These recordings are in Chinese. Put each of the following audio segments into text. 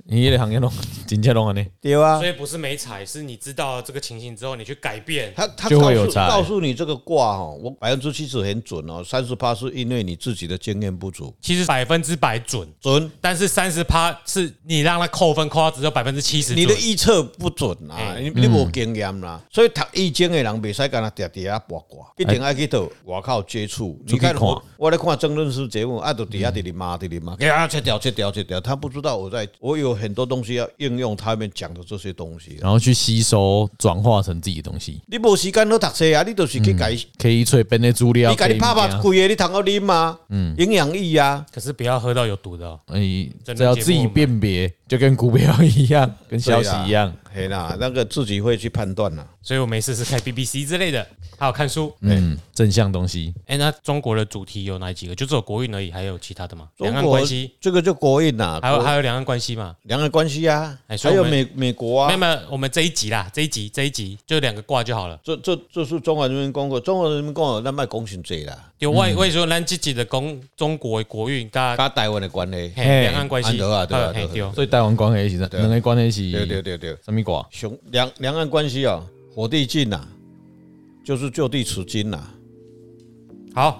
你那个行业弄真正弄安尼， 对啊所，以不是没踩，是你知道这个情形之后，你去改变。 他就会有差告诉你这个卦哈，我70%很准哦，30%是因为你自己的经验不足， 其实100%准，但是30%是你让他扣分，扣到只有70%准。 你的预测不准啊，你无经验啦，所以读易经的人袂使干那定定啊八卦，一定要去到外口接触。你看我在看争论式节目啊，都底下直骂，切掉，他不知道我有很多东西要应用他们讲的这些东西， 然后去吸收转化成自己的东西。 你无时间好读书啊，你就是去改， 可以萃编的资料， 你改你拍贵的，你通好啉啊，营养液啊， 可是不要喝到有毒的哦。 只要自己辨别，就跟股票一样，跟消息一样。 嘿啦，那个自己会去判断啦。 所以我没事是看 BBC 之类的，还有看书。 正向东西。 那中国的主题有哪几个？就只有国运而已，还有其他的吗？两岸关系， 这个就国运啦， 还有两岸关系嘛？ 两岸关系啊，还有美国啊。 没有，我们这一集啦，这一集就2个卦就好了。 这是中华人民共和国，中华人民共和国咱卖讲伤济啦。 就我说咱自己的中国的国运跟台湾的关系， 两岸关系， 对， 所以台湾关系是两个关系是对， 什么卦？ 两岸关系啊，火地进呐，就是就地取经呐。 好。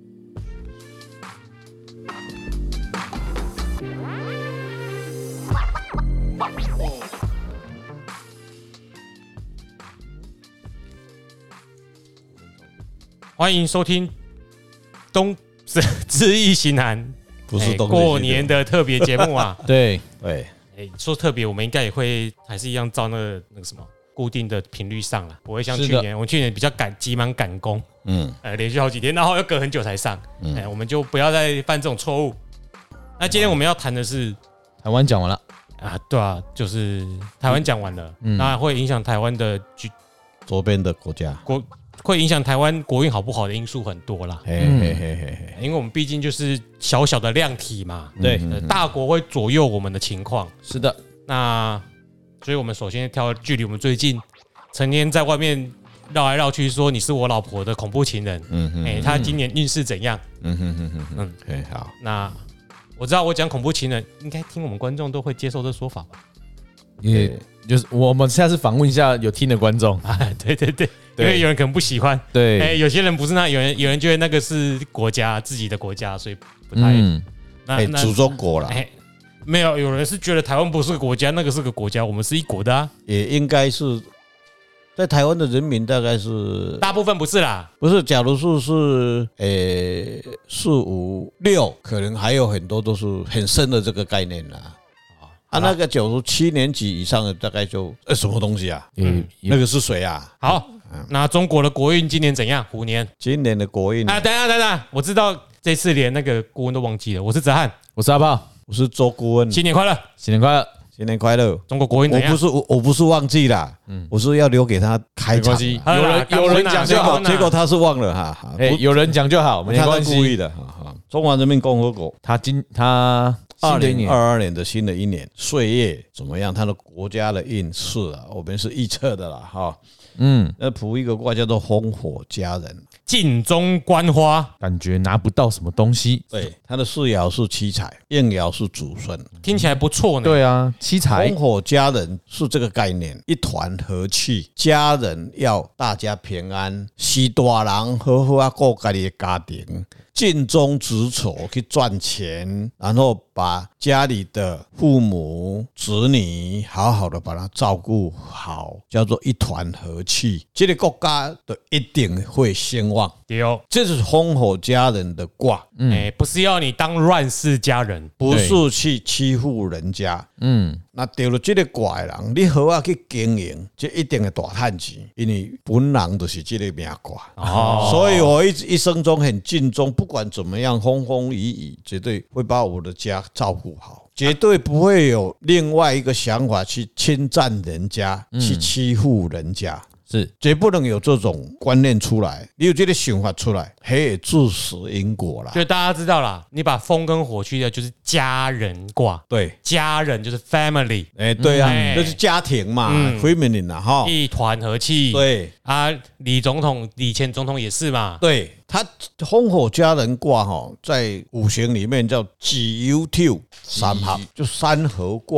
欢迎收听东知易行难， 不是过年的特别节目啊。 对， 说特别，我们应该也会还是一样照那个什么固定的频率上了，不会像去年，我去年比较急忙赶工，连续好几天，然后又隔很久才上，我们就不要再犯这种错误。那今天我们要谈的是台湾讲完了啊，对啊，就是台湾讲完了，那会影响台湾的周边的国家。 会影响台湾国运好不好的因素很多啦，因为我们毕竟就是小小的量体嘛， 对， 大国会左右我们的情况， 是的。 那所以我们首先挑距离我们最近成天在外面绕来绕去说你是我老婆的恐怖情人，他今年运势怎样？ 好， 那我知道我讲恐怖情人，应该听我们观众都会接受这说法吧？ 也就是我们下次访问一下有听的观众， 对，因为有人可能不喜欢， 对， 有些人不是有人觉得那个是国家自己的国家，所以不太那主中国啦， 没有人是觉得台湾不是个国家，那个是个国家，我们是一国的啊， 也应该是在台湾的人民大概是大部分不是啦， 不是，假如是4、5、6，可能还有很多都是很深的这个概念啦。那个97年级以上的大概就什么东西啊？那个是谁啊？ 好，那中国的国运今年怎样？虎年， 今年的国运啊，等等，我知道这次连那个顾问都忘记了。我是泽汉， 我是阿炮， 我是周顾问。 新年快乐， 新年快乐， 新年快乐！ 中国国运怎样？ 我不是忘记啦，我是要留给他开场。 有人讲就好， 结果他是忘了哈。 有人讲就好，没关系。 故意的。中华人民共和国， 他 2022年的新的一年岁月怎么样？他的国家的运势啊，我们是预测的啦哈。那卜一个卦叫做烽火佳人， 镜中观花， 感觉拿不到什么东西。 对，他的世爻是七彩，应爻是祖孙， 听起来不错呢。 对啊，七彩烽火佳人是这个概念，一团和气，家人要大家平安，是大人好好啊过家己的家庭。尽忠职守去赚钱，然后把家里的父母子女好好的把他照顾好，叫做一团和气，这个国家都一定会兴旺。这是烽火佳人的卦， 不是要你当乱世佳人， 不是去欺负人家。那得了这个卦的人，你好啊去经营，这一定会大赚钱，因为本人就是这个命卦。所以我一生中很尽忠，不管怎么样风风雨雨，绝对会把我的家照顾好，绝对不会有另外一个想法去侵占人家，去欺负人家。 是绝不能有这种观念出来，你有这个想法出来，嘿，致死因果啦。 就大家知道啦，你把风跟火去掉，就是家人卦。 对， 家人就是 family。 对啊，就是家庭嘛，family 啦哈， 一团和气。 对啊，李前总统也是嘛。 对，他烽火佳人卦哈，在五行里面叫己酉丑三合，就三合卦。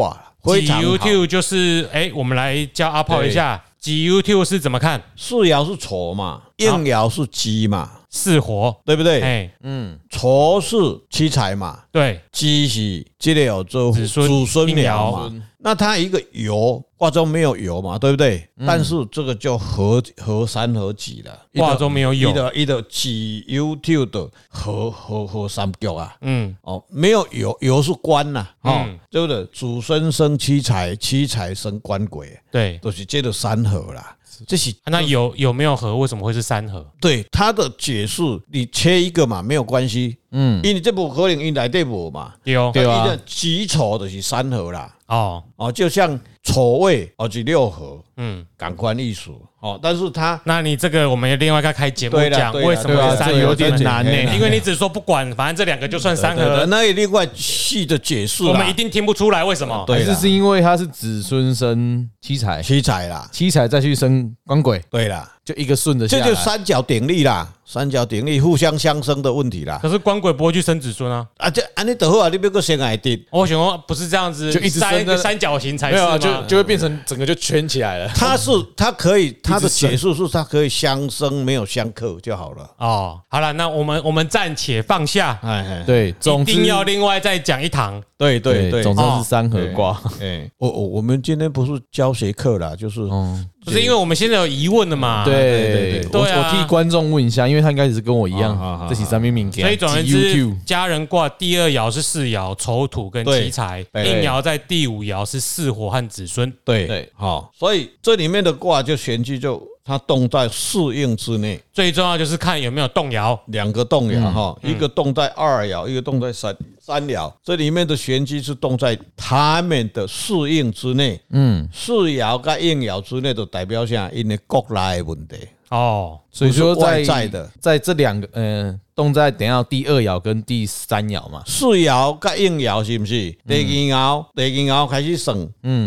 非常好。 GU2 就是我们来教阿炮一下，GU2 是怎么看？ 四爻是丑嘛，应爻是鸡嘛， 巳火， 对不对？ 哎， 丑是七财嘛， 对， 鸡是这个有做子孙祖孙应爻爻嘛。那它一个爻卦中没有爻嘛，对不对？但是这个就合三合己了， 卦中没有酉， 一的己酉跳的合三角啊。没有爻是官呐，对不对？祖孙生七财，七财生官鬼， 对， 都是这个三合啦。这是那有没有合？为什么会是三合？ 对他的解释，你切一个嘛没有关系，因为这不可能因内底无嘛， 对啊，己丑就是三合啦，就像丑未是六合，感官艺术但是他， 那你这个我们另外开节目讲为什对啊么三合有点难因为你只说不管，反正这两个就算三合， 那也另外细的解释， 我们一定听不出来为什么。 还是因为他是子孙生七财啦，七财再去生官鬼， 对啦， 就一个顺着下来， 这就三角定律啦，三角定律互相相生的问题啦。 可是官鬼不会去生子孙啊， 这安尼就好啊，你别个先来定。 我想说不是这样子， 就一直三个三角形才是吗？ 就会变成整个就圈起来了。 它可以，它的解释是它可以相生，没有相克就好了。 好了，那我们暂且放下， 对， 一定要另外再讲一堂。 对， 总之是三合卦。 我们今天不是教学课啦，就是不是因为我们现在有疑问了嘛？ 对，我替观众问一下，因为他应该也是跟我一样，这是三明明。 所以总而言之，家人卦第二爻是巳爻、丑土跟七财，应爻在第五爻是巳火和子孙。 对，好，所以这里面的卦就玄机就它动在四应之内， 最重要就是看有没有动爻， 两个动爻一个动在二爻，一个动在三爻，这里面的玄机是动在他们的四应之内。四爻跟应爻之内就代表啥？因为国内的问题。 所以说在这两个动在等一下第二爻跟第三爻嘛， 四爻跟应爻是不是？第二爻开始算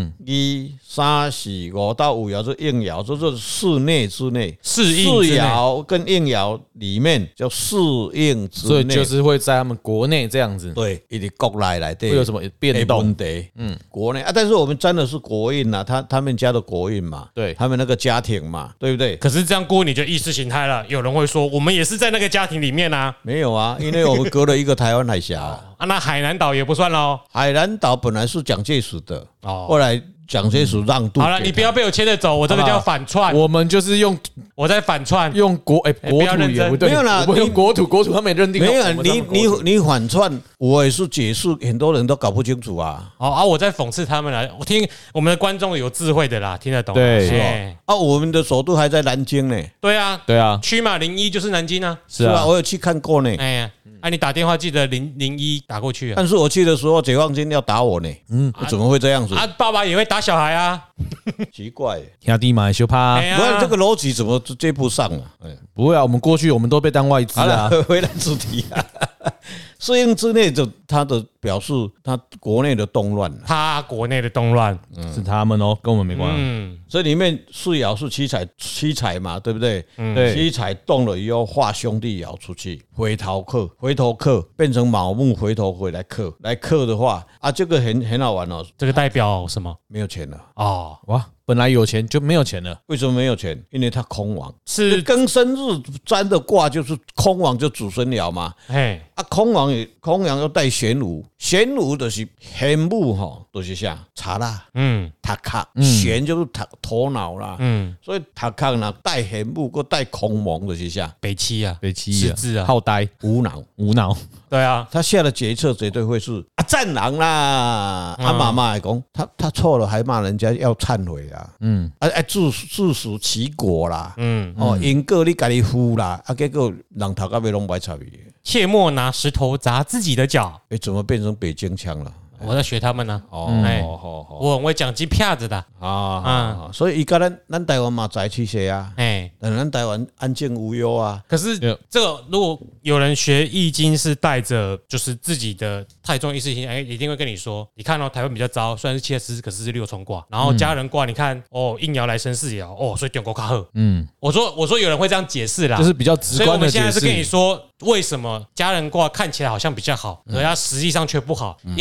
，2、3、4、5到5爻是应爻，就是四内之内。四爻跟应爻里面叫四应之内， 所以就是会在他们国内这样子。 对，一直国内来对， 会有什么变动？ 国内但是我们真的是国运呐，他们家的国运嘛， 对他们那个家庭嘛，对不对？ 可是这样过你就意识形态了，有人会说我们也是在那个家庭里面啊。 没有啊，因为我们隔了一个台湾海峡那海南岛也不算咯。 海南岛本来是蒋介石的，后来蒋介石让渡。 好了，你不要被我牵着走，我这个叫反串。 我们就是我在反串， 用国土也不对， 没有啦， 我们用国土他们也认定没有。你反串，我也是解释，很多人都搞不清楚啊。 我在讽刺他们啦。我听我们的观众有智慧的啦，听得懂。 对， 是我们的首都还在南京呢。 对啊，区嘛01就是南京啊。 是啊，我有去看过呢。 哎呀。你打电话记得001打过去。 但是我去的时候，解放军要打我呢。怎么会这样子？ 爸爸也会打小孩啊。 奇怪， 兄弟嘛就怕。 不然这个逻辑怎么接不上啊？ 不会啊，我们过去我们都被当外资啊。 回来主题啊。适应之内的他的表示，他国内的动乱， 他国内的动乱是他们跟我们没关系。 所以里面四爻是七财嘛，对不对？ 对， 七财动了以后，化兄弟爻出去，回头克变成卯木，回头回来克的话这个很好玩哦。 这个代表什么？ 没有钱了哇！本来有钱就没有钱了， 为什么没有钱？因为他空亡， 是庚申日占的卦就是空亡，就祖孙爻嘛。空亡又带玄武，玄武就是玄武就是啥查啦，塔卡，玄就是头脑啦，所以塔卡呢带玄武，又带空亡就是啥北七啊， 失智啊，好呆，无脑。 对啊， 他下的决策绝对会是战狼啦。妈妈还讲他错了，还骂人家要忏悔啊。自食其果啦。因果你家己负啦，结果人头到尾拢不插伊。 切莫拿石头砸自己的脚。 怎么变成北京腔了？ 我在学他们呢。我很会讲鸡片子的所以咱台湾嘛在去些啊。但咱台湾安静无忧啊。 可是这个如果有人学易经是带着就是自己的太重意识形态，一定会跟你说，你看台湾比较糟，虽然是7四，可是是6冲卦，然后家人卦，你看应爻来生巳爻，所以中国较好。我说有人会这样解释啦， 就是比较直观的解释。 所以我们现在是跟你说，为什么家人卦看起来好像比较好，可它实际上却不好，因为这个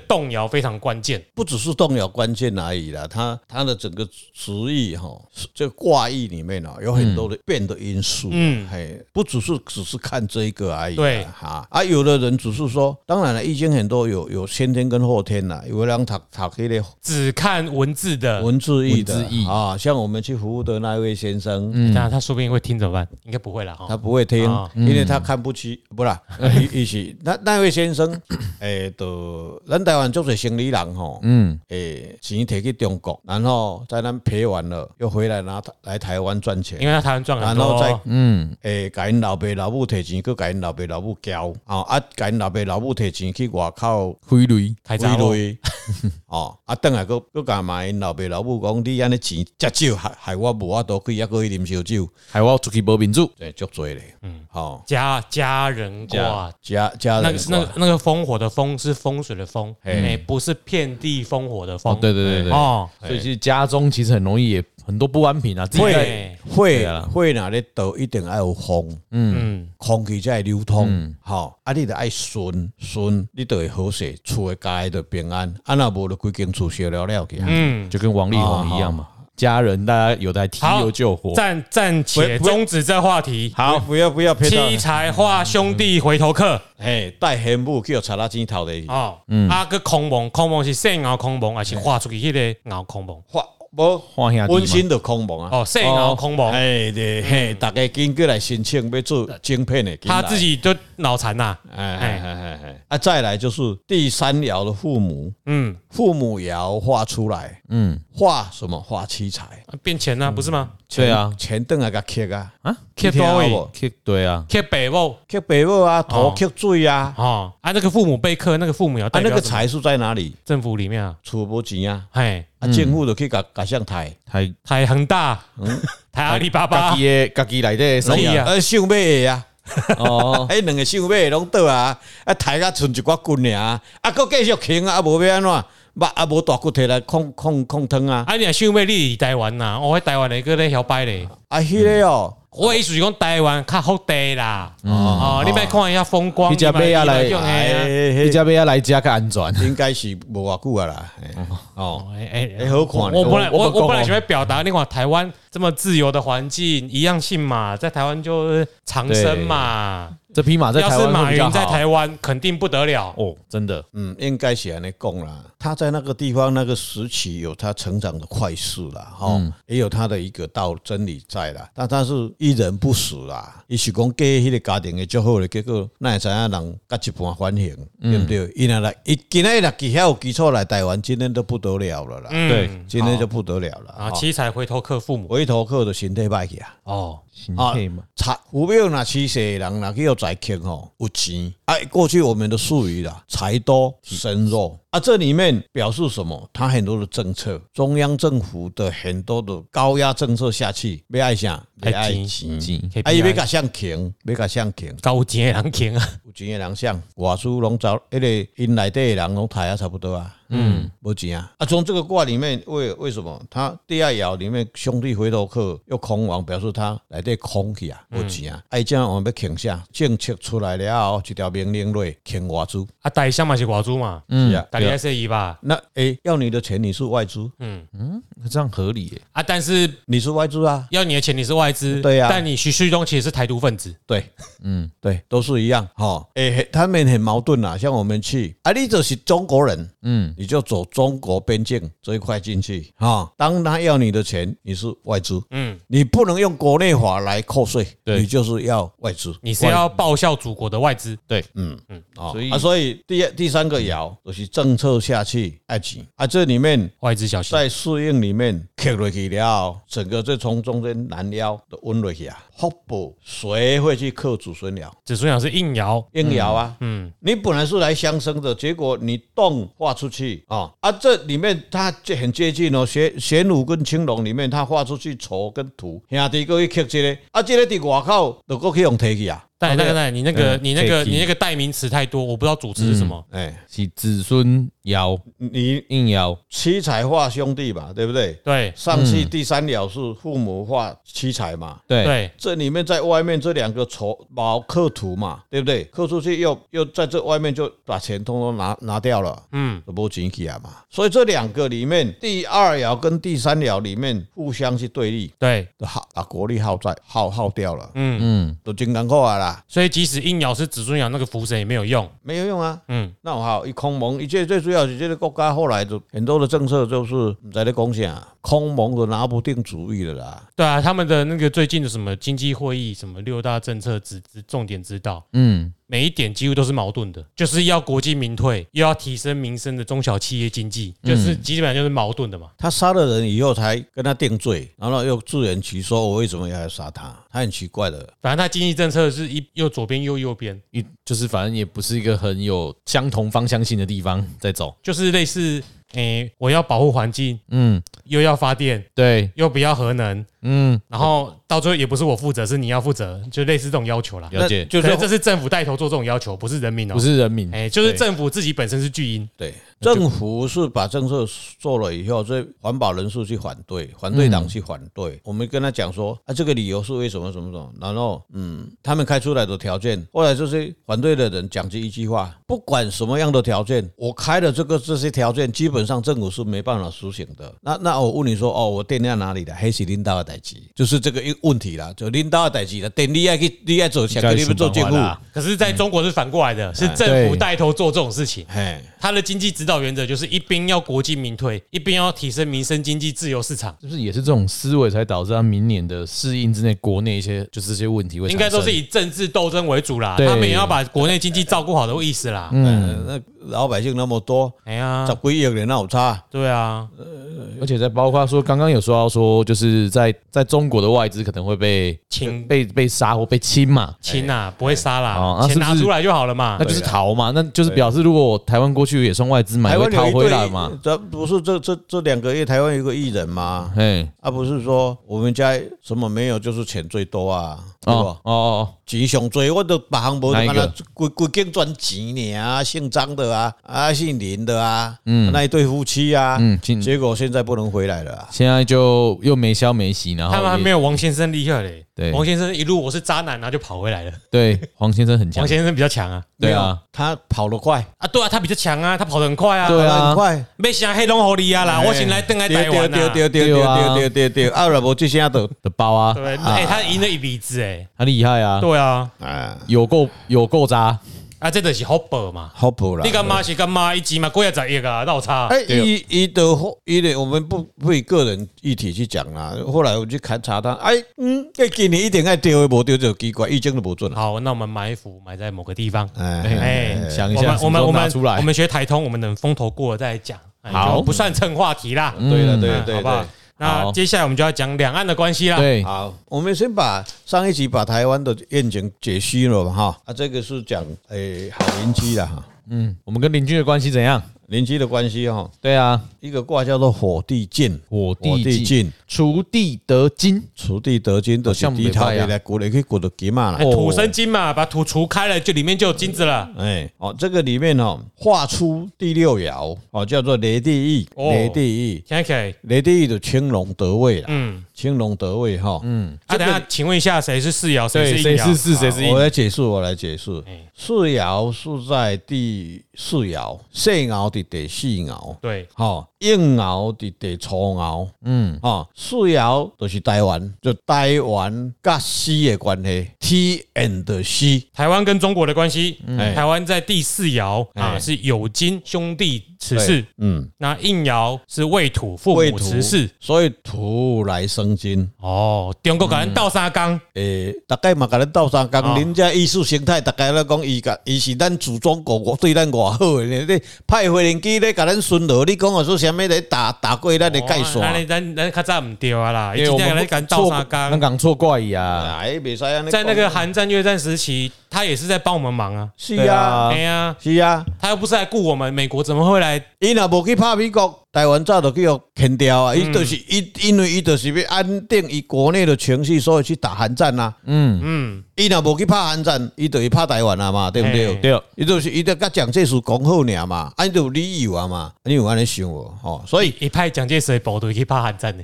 动摇非常关键， 不只是动摇关键而已啦，它的整个词义哈，这卦意里面有很多的变的因素，不只是看这一个而已， 对哈啊，有的人只是说，当然了，易经很多有先天跟后天啦，有的人读那个只看文字的文字义的啊，像我们去服务的那位先生， 那他说不定会听怎么办？应该不会啦， 他不会听，因为他看不起，不啦，意思那位先生，咱台湾就是生理人吼，钱摕去中国，然后在那赔完了，又回来来台湾赚钱， 因为他台湾赚很多， 然后再甲因老爸老母摕钱，佮甲因老爸老母交，甲因老爸老母摕钱去外口汇率开闸户， 转来佮甲骂因老爸老母讲，你安尼钱遮少，害我无法度去遐个去啉烧酒， 害我出去无民主， 对，足多咧， 家人卦， 家人那个烽火的烽是风水的风，不是遍地烽火的风， 对，所以其实家中其实很容易也很多不安平啊，会哪咧倒一定要有风，空气才会流通，你得爱顺，你就会好势，厝的家就平安，若无就规间厝烧了去，就跟王力宏一样嘛。家人，大家有在提油救火。 暂且终止这话题。 好，不要偏到七彩画兄弟回头客。 带玄武去插拉钱头的。 个空蒙是细熬空蒙，还是画出去迄个熬空蒙？ 无本身就空蒙啊！ 细熬空蒙。 对，大家紧过来申请要做晶片的。 他自己就脑残呐。 再来就是第三爻的父母，父母爻画出来，画什么？画七彩， 变钱啊，不是吗？ 对啊， 钱等下个刻啊， 刻多位， 对啊， 刻北母， 刻北母啊，头刻水啊， 那个父母被克，那个父母要代表那个财是在哪里？ 政府里面啊， 出无钱啊， 政府就去甲向台恒大，台阿里巴巴， 家己内底生意啊，想买的啊。两个想买的拢倒啊，台甲剩一寡骨尔，佫继续穷啊，无要安怎？无大骨摕来控汤啊！ 你若想买你台湾呐，我台湾的个咧摇摆咧。 迄个哦， 我意思是讲台湾较好地啦。你莫看一下风光， 你只买下来，你只买下来家较安全， 应该是无偌久啊啦。好看。 我本来想要表达，你看台湾这么自由的环境，一样性嘛，在台湾就长生嘛。 这匹马在台湾要是马云在台湾，肯定不得了哦，真的。 应该是安尼讲啦。他在那个地方那个时期有他成长的快速啦，也有他的一个道真理在啦。但他是一人不死啦，伊是讲给迄个家庭的最好的结果，那会知影人甲一半反省，对不对？伊今天若遐有基础来台湾，今天都不得了了啦。 对， 今天就不得了了啊！七彩回头客父母， 回头客的身体歹去啊。 心态嘛， 有庙若起势的人，若去要财客有钱。过去我们的术语啦，财多身弱。这里面表示什么？它很多的政策，中央政府的很多的高压政策下去，要爱啥？要爱钱，伊要甲向穷， 高钱的人穷啊， 有钱的人向外资拢走，迄个因内底的人拢抬啊，差不多啊。没钱啊！从这个卦里面，为什么他第二爻里面兄弟回头客又空亡，表示他内底空去啊，没钱啊！这样我们要穷啥？政策出来了后，一条命令落穷外资大象嘛是外资嘛，是啊，大概是吧？ 那要你的钱你是外资， 这样合理耶但是你是外资啊， 要你的钱你是外资， 对啊， 但你徐旭东其实是台独分子， 对，对，都是一样，他们很矛盾啊。像我们去你就是中国人，你就走中国边境这一块进去当他要你的钱，你是外资，你不能用国内法来扣税，你就是要外资， 你是要报效祖国的外资， 对， 所以第三个爻就是政策下去爱钱这里面外资小心， 在适应里面刻落去了，整个就从中间南爻的温落去福报谁会去克子孙爻？ 子孙爻是应爻啊，你本来是来相生的，结果你动画出去这里面它就很接近哦，玄武跟青龙里面，它画出去丑跟土，兄弟各去刻这个这个伫外口就搁去用提去啊。 但你那个代名词太多，我不知道主词是什么。 是子孙爻， 你应爻七彩化兄弟嘛，对不对？ 对， 上去第三爻是父母化七彩嘛， 对， 这里面在外面这两个卯克土嘛，对不对？克出去又在这外面就把钱通通拿掉了，都没钱去啊嘛。所以这两个里面，第二爻跟第三爻里面互相去对立， 对， 把国力耗掉了，都真难过啊啦。 所以即使应爻是子孙爻，那个福神也没有用， 没有用啊。那好，空蒙，一切最主要是这个国家后来就很多的政策就是不知道在讲啥，空蒙都拿不定主意了啦。 对啊，他们的那个最近的什么经济会议，什么6大政策重点指导，每一点几乎都是矛盾的，就是要国进民退，又要提升民生的中小企业经济，就是基本上就是矛盾的嘛。 他杀了人以后才跟他定罪，然后又自圆其说，我为什么要杀他？他很奇怪的。 反正他经济政策是又左边又右边，就是反正也不是一个很有相同方向性的地方在走，就是类似。我要保护环境，又要发电，对，又不要核能，然后到最后也不是我负责，是你要负责，就类似这种要求啦。了解，就是这是政府带头做这种要求，不是人民哦，不是人民，就是政府自己本身是巨婴。对， 政府是把政策做了以后，所以环保人士去反对，反对党去反对。我们跟他讲说啊，这个理由是为什么什么什么，然后他们开出来的条件，后来这些反对的人讲这一句话：不管什么样的条件，我开了这些条件，基本上政府是没办法实行的。那我问你说，我电在哪里的？还是领导的代志，就是这个问题啦，就领导的代志啦。电你要做，想跟你们做监护。 可是在中国是反过来的，是政府带头做这种事情。他的经济指导原则就是一边要国进民退，一边要提升民生经济自由市场，是不是也是这种思维才导致他明年的适应之内国内一些就是这些问题会应该都是以政治斗争为主啦，他们也要把国内经济照顾好的意思啦。 那老百姓那么多，哎呀，10几亿人那有差。 对啊，而且再包括说，刚刚有说到说，就是在中国的外资可能会被清、被杀或被清嘛，清啊，不会杀啦，钱拿出来就好了嘛，那就是逃嘛，那就是表示如果台湾过去也算外资买，会逃回来嘛。 这不是这2个月台湾有个艺人吗？不是说我们家什么没有，就是钱最多啊，对吧？钱上最，我都别行无，看他规间赚钱啊，姓张的啊，姓林的啊，那一对夫妻啊，结果现在不能回来了，现在就又没消没息，然后他们还没有王先生厉害嘞。对，王先生一路我是渣男，然后就跑回来了。 对，黄先生很强， 黄先生比较强啊。 对啊， 他跑得快啊，对啊，他比较强啊，他跑得很快啊， 对啊，很快。 没想黑龙河里啊啦，我先来登来台湾啊。对，啊，若无这些的包啊。 对，他赢了一笔子哎， 他厉害啊。 对啊， 有够渣。 啊，这就是好报嘛， 好报啦！ 你干嘛是干嘛？一集嘛，过10亿啊，闹差。 我们不以个人议题去讲啦。后来我去查他，今年一定爱丢，无丢就奇怪，意见都不准。 好，那我们埋伏埋在某个地方， 想一下，我们学台通，我们等风头过了再讲， 好， 不算蹭话题啦。 对了，好不好？ 那接下来我们就要讲两岸的关系啦。 对， 好，我们先把上一集把台湾的愿景解析了嘛，哈，这个是讲好邻居啦，哈， 我们跟邻居的关系怎样？ 邻居的关系哈， 对啊， 一个卦叫做火地晋， 锄地得金， 锄地得金的像地头来鼓来去鼓的金嘛啦， 土生金嘛，把土锄开了，就里面就有金子了。 这个里面画出第6爻叫做雷地义，雷地义的青龙得位啦，青龙得位哈， 等下请问一下，谁是4爻，谁是1爻？ 谁是1爻？ 我来解释，4爻是在第4爻，小爻的第4爻， 对， 应爻的第初爻，4爻就是台湾，就台湾跟西的关系 ，T and 西， 台湾跟中国的关系，台湾在第4爻是有金兄弟持世，那应爻是未土父母持世， 所以土来生金。 中国给人斗三工， 大概嘛给人斗三工，人家意识形态大概咧讲，伊是咱祖宗国对咱偌好的，你派回人机咧给咱孙儿，你讲我说什么咧打过咱的盖刷， 咱较早唔对啊啦，因为我们讲错怪啊， 在那个韩战越战时期，他也是在帮我们忙啊， 是啊， 哎呀， 是啊， 他又不是来顾我们，美国怎么会来？ 伊若无去拍美国， 台湾早就叫砍掉啊，伊就是因为伊就是要安定伊国内的情绪，所以去打韩战啊。伊若无去拍韩战，伊就去拍台湾啊嘛，对不对？ 对， 伊就是伊甲蒋介石讲好尔嘛，安就有理由啊嘛，你有安尼想无？吼，所以一派蒋介石的部队去拍韩战呢。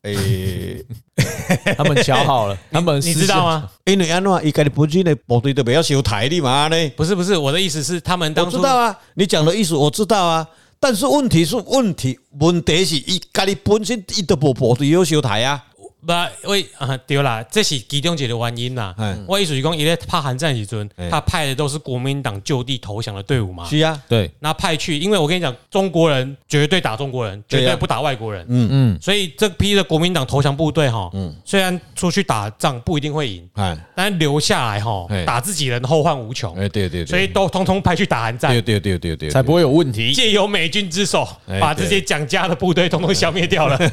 他们瞧好了，他们你知道吗？ 因为安怎伊家己本身的部队都不要收台你嘛呢？ 不是，我的意思是他们当初我知道啊，你讲的意思我知道啊。但是问题是问题是伊家己本身伊都无部队要收台啊。 对啦，这是其中一个原因啦。我意思是讲，伊咧拍韩战时阵，他派的都是国民党就地投降的队伍嘛。 是啊， 对。 那派去，因为我跟你讲，中国人绝对打中国人，绝对不打外国人。所以这批的国民党投降部队哈，虽然出去打仗不一定会赢，但留下来哈，打自己人后患无穷。 对， 所以都通通派去打韩战。 对， 才不会有问题。 借由美军之手，把这些蒋家的部队通通消灭掉了。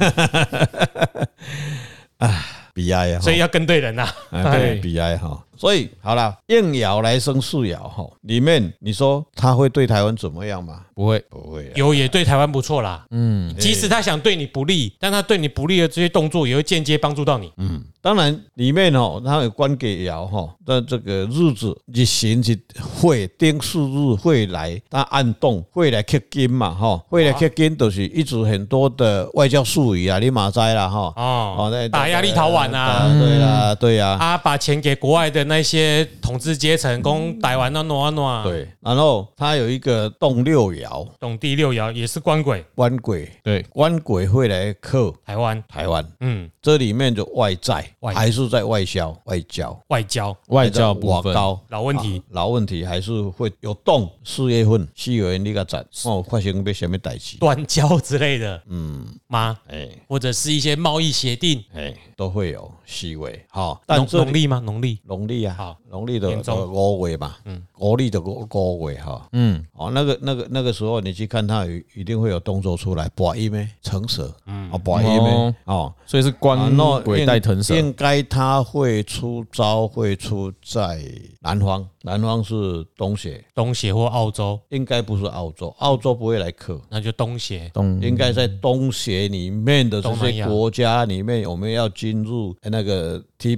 悲哀啊！ 所以要跟对人呐， 对，悲哀哈。所以好了，应爻来生四爻哈，里面你说他会对台湾怎么样吗？ 不会， 有也对台湾不错啦。即使他想对你不利，但他对你不利的这些动作也会间接帮助到你。 当然里面哦，它有官给爻哈，的这个日子日行是会丁巳日会来，它暗动会来克金嘛哈，会来克金就是一直很多的外交术语啊，你马摘啦哈。 打压立陶宛啊， 对啦，对呀。 把钱给国外的那些统治阶层，供台湾啊。 对，然后它有一个动六爻。 动第六爻也是官鬼， 对，官鬼会来克台湾， 这里面就外债还是在外交部分老问题还是会有动。4月份你个展发生要什么代志， 断交之类的，吗？或者是一些贸易协定， 都会有4月。好， 但农历吗？ 农历啊， 好， 农历的5月嘛，国历的5月哈，那个时候你去看它一定会有动作出来，拔音咩，成蛇，拔音咩， 所以是官鬼带腾蛇， 应该他会出招，会出在南方是东协或澳洲， 应该不是澳洲不会来克， 那就东协， 应该在东协里面的这些国家里面，我们要进入那个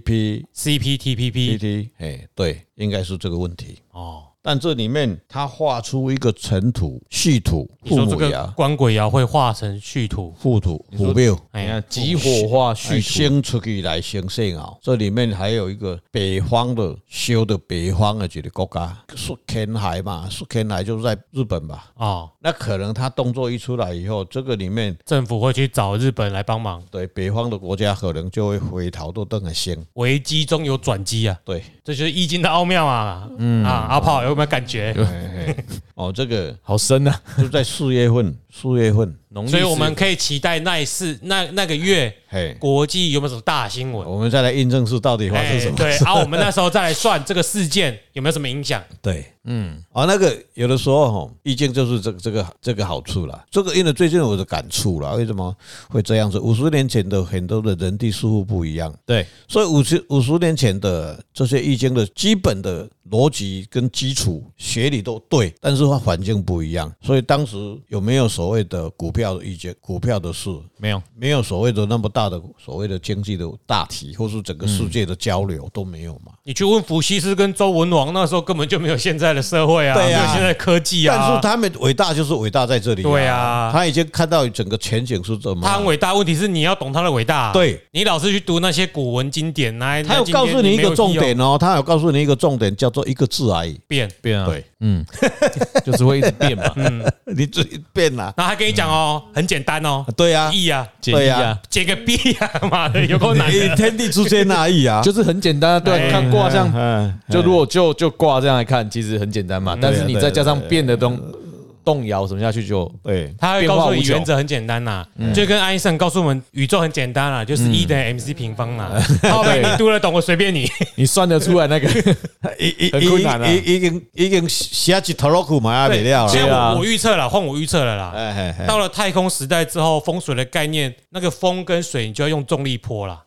CPTPP，对，应该是这个问题哦。但这里面它画出一个尘土、戌土、父母爻， 官鬼爻会化成戌土、 父土、虎庙， 集火化戌土， 生出去来生性爻。这里面还有一个北方的修的北方的几个国家，宿迁海嘛，宿迁海就是在日本吧？那可能他动作一出来以后，这个里面政府会去找日本来帮忙， 对，北方的国家可能就会回头都更新， 危机中有转机啊！ 对， 这就是易经的奥妙啊！阿炮有没有感觉？ 这个好深啊！ 就在4月份， 所以我们可以期待那个月，国际有没有什么大新闻？ 我们再来印证是到底发生什么。 对，我们那时候再来算这个事件有没有什么影响。 对，那个有的时候易经就是这个好处啦。这个因为最近我的感触啦，为什么会这样子？50年前的很多的人地事物不一样， 对， 所以50年前的这些易经的基本的逻辑跟基础学理都对，但是它环境不一样，所以当时有没有所谓的股票的意见、股票的事？没有所谓的那么大的所谓的经济的大体，或是整个世界的交流都没有嘛？ 你去问伏羲氏跟周文王，那时候根本就没有现在的社会啊，没有现在的科技啊。 但是他们伟大就是伟大在这里， 对啊， 他已经看到整个前景是怎么。 他很伟大，问题是你要懂他的伟大。 对， 你老是去读那些古文经典， 他有告诉你一个重点哦，他有告诉你一个重点，叫做一个字而已， 变啊， 对， 就是会一直变嘛， 你自己变啦。 然后还跟你讲哦，很简单哦， 对啊， 易啊， 对啊， 解个 B 啊，妈的，有够难的， 天地之间哪易啊， 就是很简单，对，看卦这样，就如果就卦这样来看，其实很简单嘛，但是你再加上变的动摇什么下去就对， 他会告诉你原则很简单呐，就跟爱因斯坦告诉我们宇宙很简单啦，就是 E 等于 mc 平方啦。后面你读得懂，我随便你， 你算得出来那个很困难啊， 已经写一头苦嘛也没了。 现在我预测了，换我预测了啦。到了太空时代之后，风水的概念，那个风跟水你就要用重力波啦。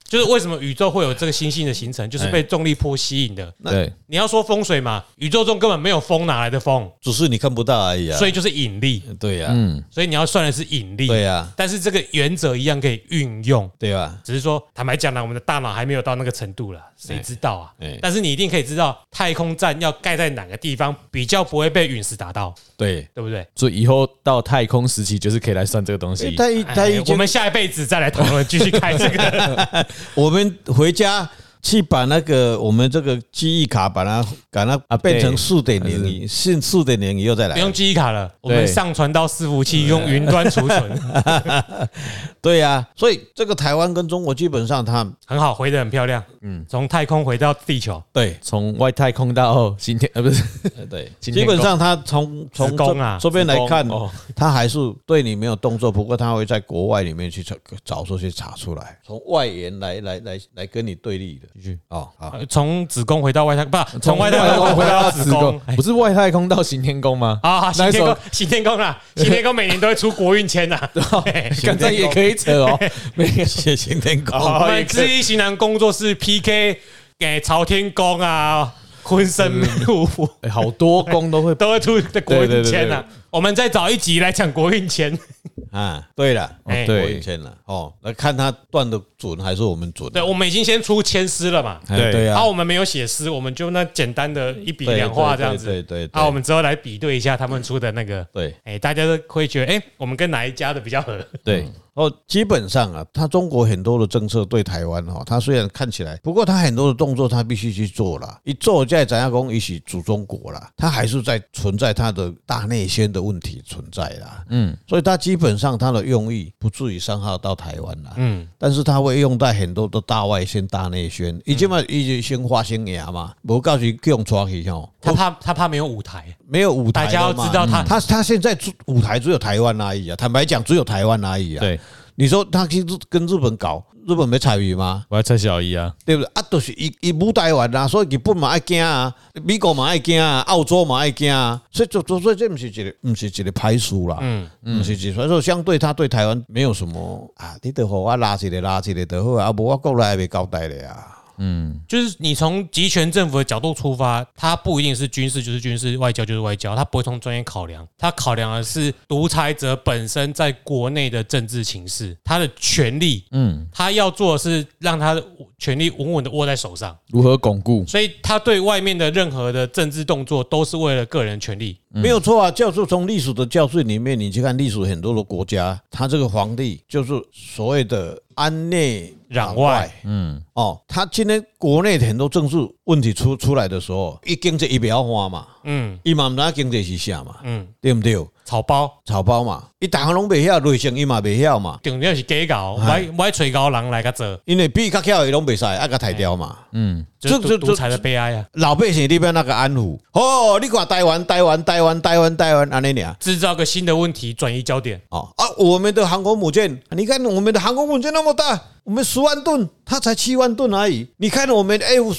就是为什么宇宙会有这个星星的形成，就是被重力波吸引的。 对， 你要说风水嘛，宇宙中根本没有风，哪来的风？ 只是你看不到而已啊。 所以就是引力。 对呀， 所以你要算的是引力。 对呀， 但是这个原则一样可以运用， 对吧？ 只是说坦白讲呢，我们的大脑还没有到那个程度了，谁知道啊？ 哎但是你一定可以知道太空站要盖在哪个地方，比较不会被陨石打到， 对， 对不对？ 所以以后到太空时期，就是可以来算这个东西。 我们下一辈子再来讨论，继续开这个。 我们回家去把那个我们这个记忆卡把它变成4.0，是4.0以后再来， 不用记忆卡了，我们上传到伺服器，用云端储存。 对呀，所以这个台湾跟中国基本上它很好，回得很漂亮。从太空回到地球， 对， 从外太空到新天，不是， 对，基本上它从这边来看，它还是对你没有动作，不过它会在国外里面去找出去查出来，从外缘来跟你对立的。继续好， 从子宫回到外太空，不，从外太空回到子宫， 不是外太空到行天宫吗？ 啊，行天宫啦，行天宫每年都会出国运签呐， 刚才也可以扯哦， 谢行天宫。 我们知易行难工作室 PK 给朝天宫啊。浑身入府， 好多宫都会出的国运签啊！我们再找一集来讲国运签啊。对了，国运签了哦，来看他断的准还是我们准？ 对，我们已经先出签诗了嘛。 对啊， 我们没有写诗，我们就那简单的一笔两画这样子。 对。 我们之后来比对一下他们出的那个。 对， 大家都会觉得，我们跟哪一家的比较合？ 对。基本上啊，他中国很多的政策对台湾他虽然看起来，不过他很多的动作他必须去做了，一做在怎样讲，一起主中国啦，他还是在存在他的大内宣的问题存在啦，所以他基本上他的用意不至于伤害到台湾啦，但是他会用在很多的大外宣、大内宣，以前嘛，一先花先牙嘛，无告诉用抓去他怕没有舞台， 没有舞台， 大家要知道他现在舞台只有台湾而已啊，坦白讲只有台湾而已啊， 对。 你说他去跟日本搞，日本没参与吗？ 我要蔡小姨啊， 对不对？就是一舞台湾啊，所以日本嘛爱惊啊，美国嘛爱惊啊，澳洲嘛爱惊啊，所以这不是一个排除啦，不是所以说相对他对台湾没有什么啊，你得和我拉一个就好啊，无我国内还没交代的啊。 就是你从集权政府的角度出发，它不一定是军事就是军事，外交就是外交，它不会从专业考量，它考量的是独裁者本身在国内的政治情势，他的权力，他要做的是让他的权力稳稳的握在手上， 如何巩固？ 所以他对外面的任何的政治动作都是为了个人权利。 没有错啊，就是从历史的教训里面，你去看历史很多的国家，他这个皇帝就是所谓的安内攘外，他今天国内很多政治问题出来的时候，经济一不要花嘛，伊嘛唔知经济是啥嘛，对不对？ 草包嘛， 伊大行拢袂晓，内政伊嘛袂晓嘛， 重点是假搞，我找高人来甲做， 因为比较巧的拢袂使，甲抬掉嘛， 这独裁的悲哀啊！ 老百姓那边那个安抚，你看台湾安尼俩， 制造个新的问题，转移焦点。 我们的航空母舰，你看我们的航空母舰那么大，我们10万吨，它才7万吨而已。你看我们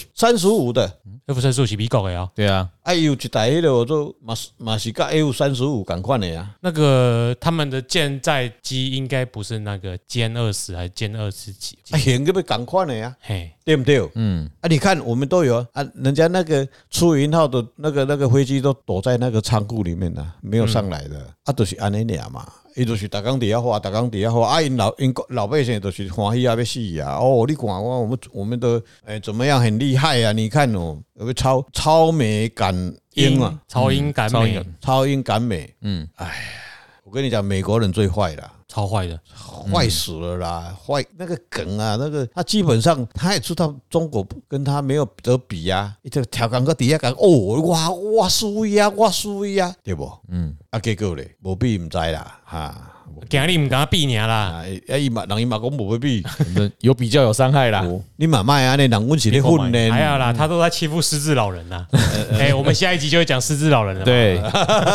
F-35的 ，F-35是美国的啊， 对啊， 有一台迄个就嘛是跟 F-35同款的呀。 那个他们的舰载机应该不是那个歼20还是歼27？ 型个不同款的呀，对不对？你看我们都有啊，人家那个出云号的那个飞机都躲在那个仓库里面啊，没有上来的，就是安尼俩嘛。伊就是逐工伫遐花，因老百姓就是欢喜啊要死啊！你看我们的怎么样很厉害啊？你看有个超美感英啊， 超英赶美，我跟你讲，美国人最坏啦。 超坏的， 坏死了啦！坏那个梗啊，那个他基本上他也知道中国跟他没有得比啊，这调侃个底下讲我输呀，对不？结果咧，无比唔知啦， 今日唔敢比你啦， 人伊嘛讲无要比， 有比较有伤害啦。 你嘛卖啊，那人阮是咧混呢， 还好啦，他都在欺负失智老人呐。我们下一集就会讲失智老人了。 对，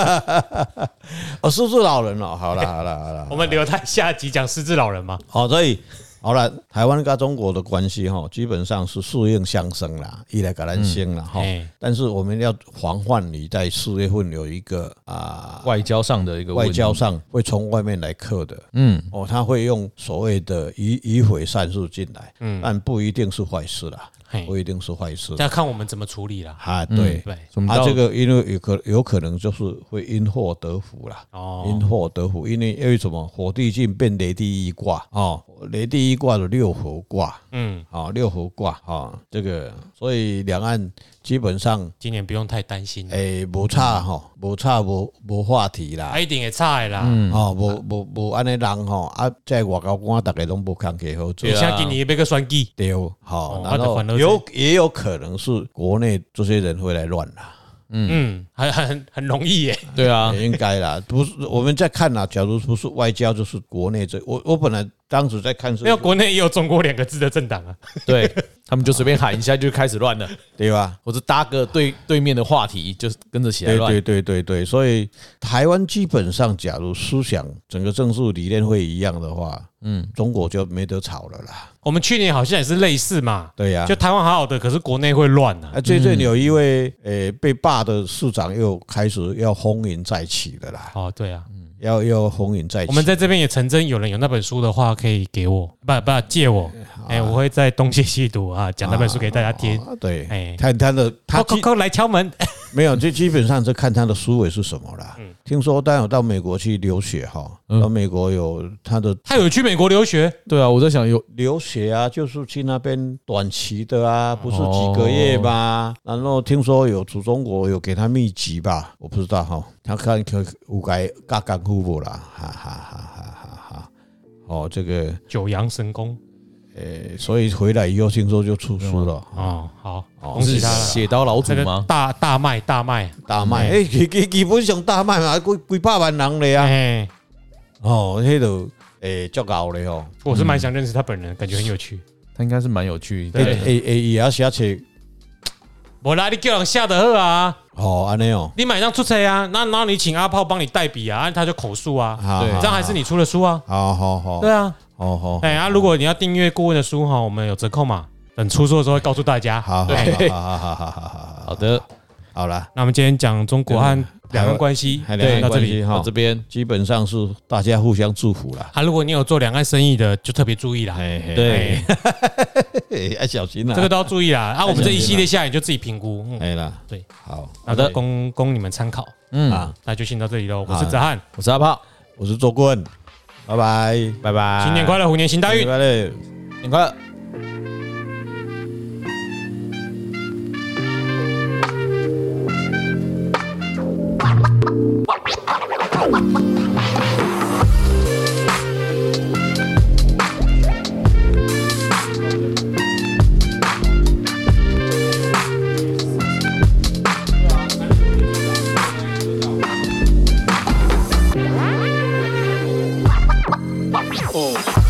失智老人了，好了， 我们留在下一集讲失智老人嘛。 所以好了，台湾跟中国的关系哈，基本上是适应相生啦，一来给咱升了哈。但是我们要防范你在4月份有一个外交上的一个外交上会从外面来克的，他会用所谓的以毁善事进来，但不一定是坏事啦。不一定是坏事， 要看我们怎么处理啦。 对，这个因为有可能就是会因祸得福啦。因祸得福，因为什么？火地进变雷地一卦哦，雷地一卦的6合卦，6合卦这个，所以两岸基本上今年不用太担心。 无差无话题啦， 一定会差的啦。 无安尼人在外交官大家拢无空气好做。 现在今年要个选举， 对，然后也有可能是国内这些人会来乱啦。 很容易耶。 对啊， 应该啦，不是我们在看啦。假如不是外交，就是国内这，我本来当时在看是， 没有国内也有中国2个字的政党啊。 对，他们就随便喊一下就开始乱了， 对吧？ 或者搭个对面的话题就跟着起来乱。 对，所以台湾基本上，假如思想整个政治理念会一样的话，中国就没得吵了啦。 我们去年好像也是类似嘛， 对呀， 就台湾好好的，可是国内会乱啊。 最近有一位被罢的市长又开始要风云再起的啦。 对啊， 要风云再起。 我们在这边也诚征，有人有那本书的话，可以给我，不借我。我会在东邪西毒讲那本书给大家听。 对，看他的他来敲门。 没有，就基本上是看他的思维是什么啦。听说他有到美国去留学哈，到美国有他有去美国留学。 对啊，我在想有留学啊，就是去那边短期的啊，不是几个月吧？然后听说有主中国有给他秘籍吧，我不知道哈。他看有该嘎干户不啦，这个九阳神功。 所以回来以后听说就出书了。 好，恭喜他了。 写刀老祖吗？ 大卖。 基本上大卖嘛，几百万人了呀。那个足够了哦。 我是蛮想认识他本人，感觉很有趣。 他应该是蛮有趣。 也要写册。 无啦，你叫人写得好啊。 安尼哦。 你马上出册啊，然后你请阿炮帮你代笔啊，他就口述啊。对，这样还是你出的书啊。 好。 对啊。如果你要订阅顾问的书我们有折扣码，等出书的时候会告诉大家。 好的，好了， 那我们今天讲中国和两岸关系，到这里， 到这边基本上是大家互相祝福啦。 如果你有做两岸生意的，就特别注意啦。 对， 要小心啦， 这个都要注意啦。我们这一系列下来就自己评估。对， 好的， 供你们参考。那就先到这里喽。我是泽汉， 我是阿炮， 我是周棍。拜拜， 新年快乐，虎年行大运， 新年快乐。 哦。